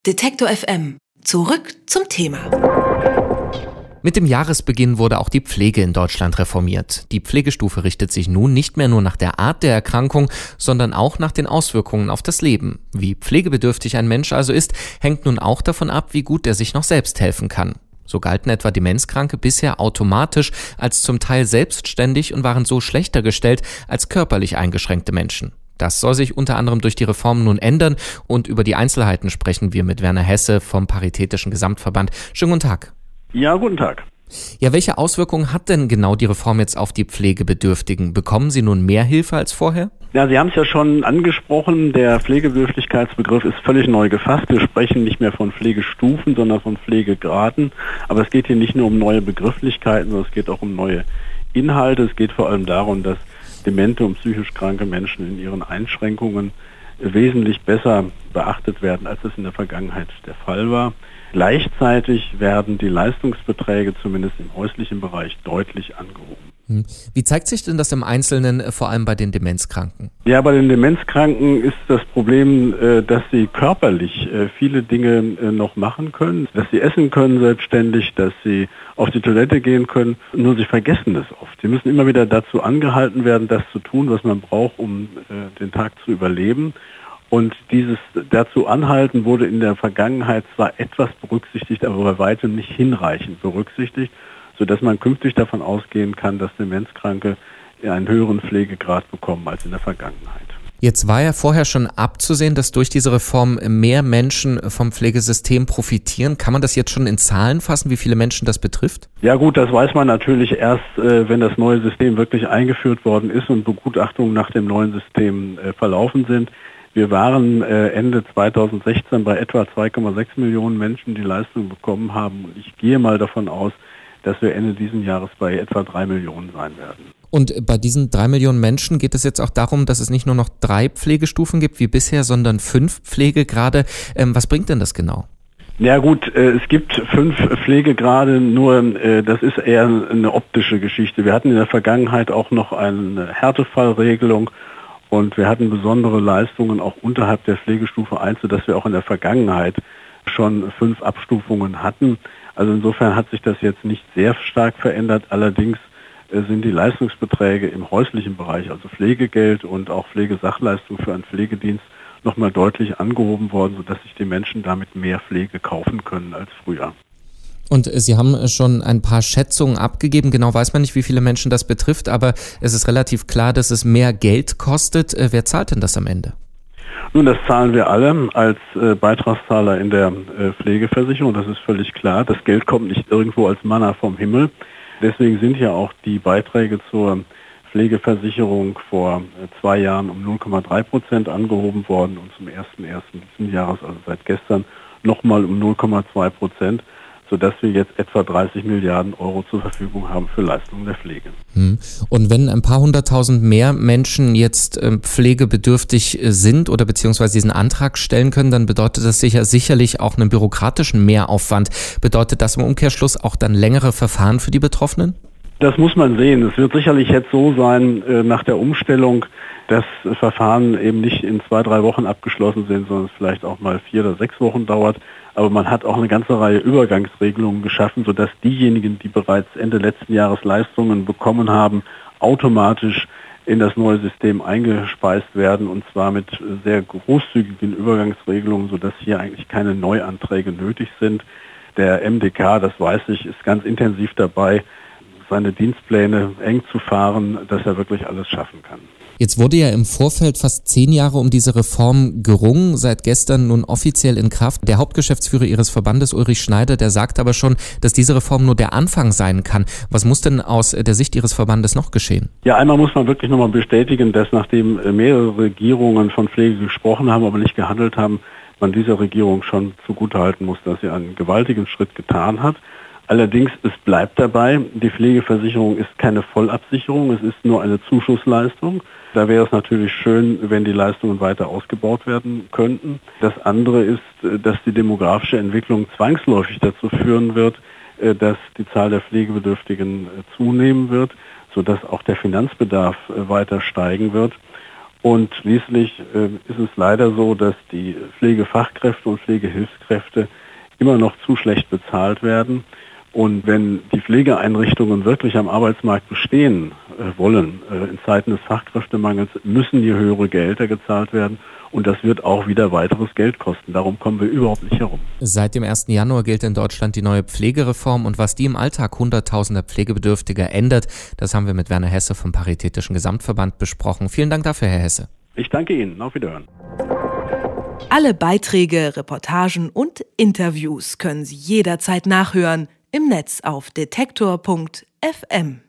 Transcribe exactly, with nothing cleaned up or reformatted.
Detektor F M. Zurück zum Thema. Mit dem Jahresbeginn wurde auch die Pflege in Deutschland reformiert. Die Pflegestufe richtet sich nun nicht mehr nur nach der Art der Erkrankung, sondern auch nach den Auswirkungen auf das Leben. Wie pflegebedürftig ein Mensch also ist, hängt nun auch davon ab, wie gut er sich noch selbst helfen kann. So galten etwa Demenzkranke bisher automatisch als zum Teil selbstständig und waren so schlechter gestellt als körperlich eingeschränkte Menschen. Das soll sich unter anderem durch die Reform nun ändern, und über die Einzelheiten sprechen wir mit Werner Hesse vom Paritätischen Gesamtverband. Schönen guten Tag. Ja, guten Tag. Ja, welche Auswirkungen hat denn genau die Reform jetzt auf die Pflegebedürftigen? Bekommen sie nun mehr Hilfe als vorher? Ja, Sie haben es ja schon angesprochen, der Pflegebedürftigkeitsbegriff ist völlig neu gefasst. Wir sprechen nicht mehr von Pflegestufen, sondern von Pflegegraden. Aber es geht hier nicht nur um neue Begrifflichkeiten, sondern es geht auch um neue Inhalte. Es geht vor allem darum, dass demente und psychisch kranke Menschen in ihren Einschränkungen wesentlich besser beachtet werden, als es in der Vergangenheit der Fall war. Gleichzeitig werden die Leistungsbeträge zumindest im häuslichen Bereich deutlich angehoben. Wie zeigt sich denn das im Einzelnen vor allem bei den Demenzkranken? Ja, bei den Demenzkranken ist das Problem, dass sie körperlich viele Dinge noch machen können, dass sie essen können selbstständig, dass sie auf die Toilette gehen können, nur sie vergessen das oft. Sie müssen immer wieder dazu angehalten werden, das zu tun, was man braucht, um den Tag zu überleben. Und dieses dazu Anhalten wurde in der Vergangenheit zwar etwas berücksichtigt, aber bei weitem nicht hinreichend berücksichtigt, sodass man künftig davon ausgehen kann, dass Demenzkranke einen höheren Pflegegrad bekommen als in der Vergangenheit. Jetzt war ja vorher schon abzusehen, dass durch diese Reform mehr Menschen vom Pflegesystem profitieren. Kann man das jetzt schon in Zahlen fassen, wie viele Menschen das betrifft? Ja gut, das weiß man natürlich erst, wenn das neue System wirklich eingeführt worden ist und Begutachtungen nach dem neuen System verlaufen sind. Wir waren Ende zweitausendsechzehn bei etwa zwei Komma sechs Millionen Menschen, die Leistung bekommen haben. Und ich gehe mal davon aus, dass wir Ende dieses Jahres bei etwa drei Millionen sein werden. Und bei diesen drei Millionen Menschen geht es jetzt auch darum, dass es nicht nur noch drei Pflegestufen gibt wie bisher, sondern fünf Pflegegrade. Ähm, was bringt denn das genau? Ja gut, äh, es gibt fünf Pflegegrade, nur äh, das ist eher eine optische Geschichte. Wir hatten in der Vergangenheit auch noch eine Härtefallregelung und wir hatten besondere Leistungen auch unterhalb der Pflegestufe eins, sodass wir auch in der Vergangenheit schon fünf Abstufungen hatten. Also insofern hat sich das jetzt nicht sehr stark verändert. Allerdings äh, sind die Leistungsbeträge im häuslichen Bereich, also Pflegegeld und auch Pflegesachleistung für einen Pflegedienst, nochmal deutlich angehoben worden, sodass sich die Menschen damit mehr Pflege kaufen können als früher. Und Sie haben schon ein paar Schätzungen abgegeben. Genau weiß man nicht, wie viele Menschen das betrifft, aber es ist relativ klar, dass es mehr Geld kostet. Äh, wer zahlt denn das am Ende? Nun, das zahlen wir alle als äh, Beitragszahler in der äh, Pflegeversicherung, das ist völlig klar. Das Geld kommt nicht irgendwo als Manna vom Himmel. Deswegen sind ja auch die Beiträge zur Pflegeversicherung vor äh, zwei Jahren um null Komma drei Prozent angehoben worden und zum ersten ersten dieses Jahres, also seit gestern, nochmal um null Komma zwei Prozent. Sodass wir jetzt etwa dreißig Milliarden Euro zur Verfügung haben für Leistungen der Pflege. Und wenn ein paar hunderttausend mehr Menschen jetzt pflegebedürftig sind oder beziehungsweise diesen Antrag stellen können, dann bedeutet das sicher sicherlich auch einen bürokratischen Mehraufwand. Bedeutet das im Umkehrschluss auch dann längere Verfahren für die Betroffenen? Das muss man sehen. Es wird sicherlich jetzt so sein, nach der Umstellung, dass Verfahren eben nicht in zwei, drei Wochen abgeschlossen sind, sondern es vielleicht auch mal vier oder sechs Wochen dauert. Aber man hat auch eine ganze Reihe Übergangsregelungen geschaffen, sodass diejenigen, die bereits Ende letzten Jahres Leistungen bekommen haben, automatisch in das neue System eingespeist werden, und zwar mit sehr großzügigen Übergangsregelungen, sodass hier eigentlich keine Neuanträge nötig sind. Der M D K, das weiß ich, ist ganz intensiv dabei, seine Dienstpläne eng zu fahren, dass er wirklich alles schaffen kann. Jetzt wurde ja im Vorfeld fast zehn Jahre um diese Reform gerungen, seit gestern nun offiziell in Kraft. Der Hauptgeschäftsführer Ihres Verbandes, Ulrich Schneider, der sagt aber schon, dass diese Reform nur der Anfang sein kann. Was muss denn aus der Sicht Ihres Verbandes noch geschehen? Ja, einmal muss man wirklich nochmal bestätigen, dass nachdem mehrere Regierungen von Pflege gesprochen haben, aber nicht gehandelt haben, man dieser Regierung schon zugutehalten muss, dass sie einen gewaltigen Schritt getan hat. Allerdings, es bleibt dabei, die Pflegeversicherung ist keine Vollabsicherung, es ist nur eine Zuschussleistung. Da wäre es natürlich schön, wenn die Leistungen weiter ausgebaut werden könnten. Das andere ist, dass die demografische Entwicklung zwangsläufig dazu führen wird, dass die Zahl der Pflegebedürftigen zunehmen wird, sodass auch der Finanzbedarf weiter steigen wird. Und schließlich äh, ist es leider so, dass die Pflegefachkräfte und Pflegehilfskräfte immer noch zu schlecht bezahlt werden. Und wenn die Pflegeeinrichtungen wirklich am Arbeitsmarkt bestehen äh, wollen, äh, in Zeiten des Fachkräftemangels, müssen hier höhere Gehälter gezahlt werden. Und das wird auch wieder weiteres Geld kosten. Darum kommen wir überhaupt nicht herum. Seit dem ersten Januar gilt in Deutschland die neue Pflegereform. Und was die im Alltag hunderttausender Pflegebedürftiger ändert, das haben wir mit Werner Hesse vom Paritätischen Gesamtverband besprochen. Vielen Dank dafür, Herr Hesse. Ich danke Ihnen. Auf Wiederhören. Alle Beiträge, Reportagen und Interviews können Sie jederzeit nachhören im Netz auf detektor punkt f m.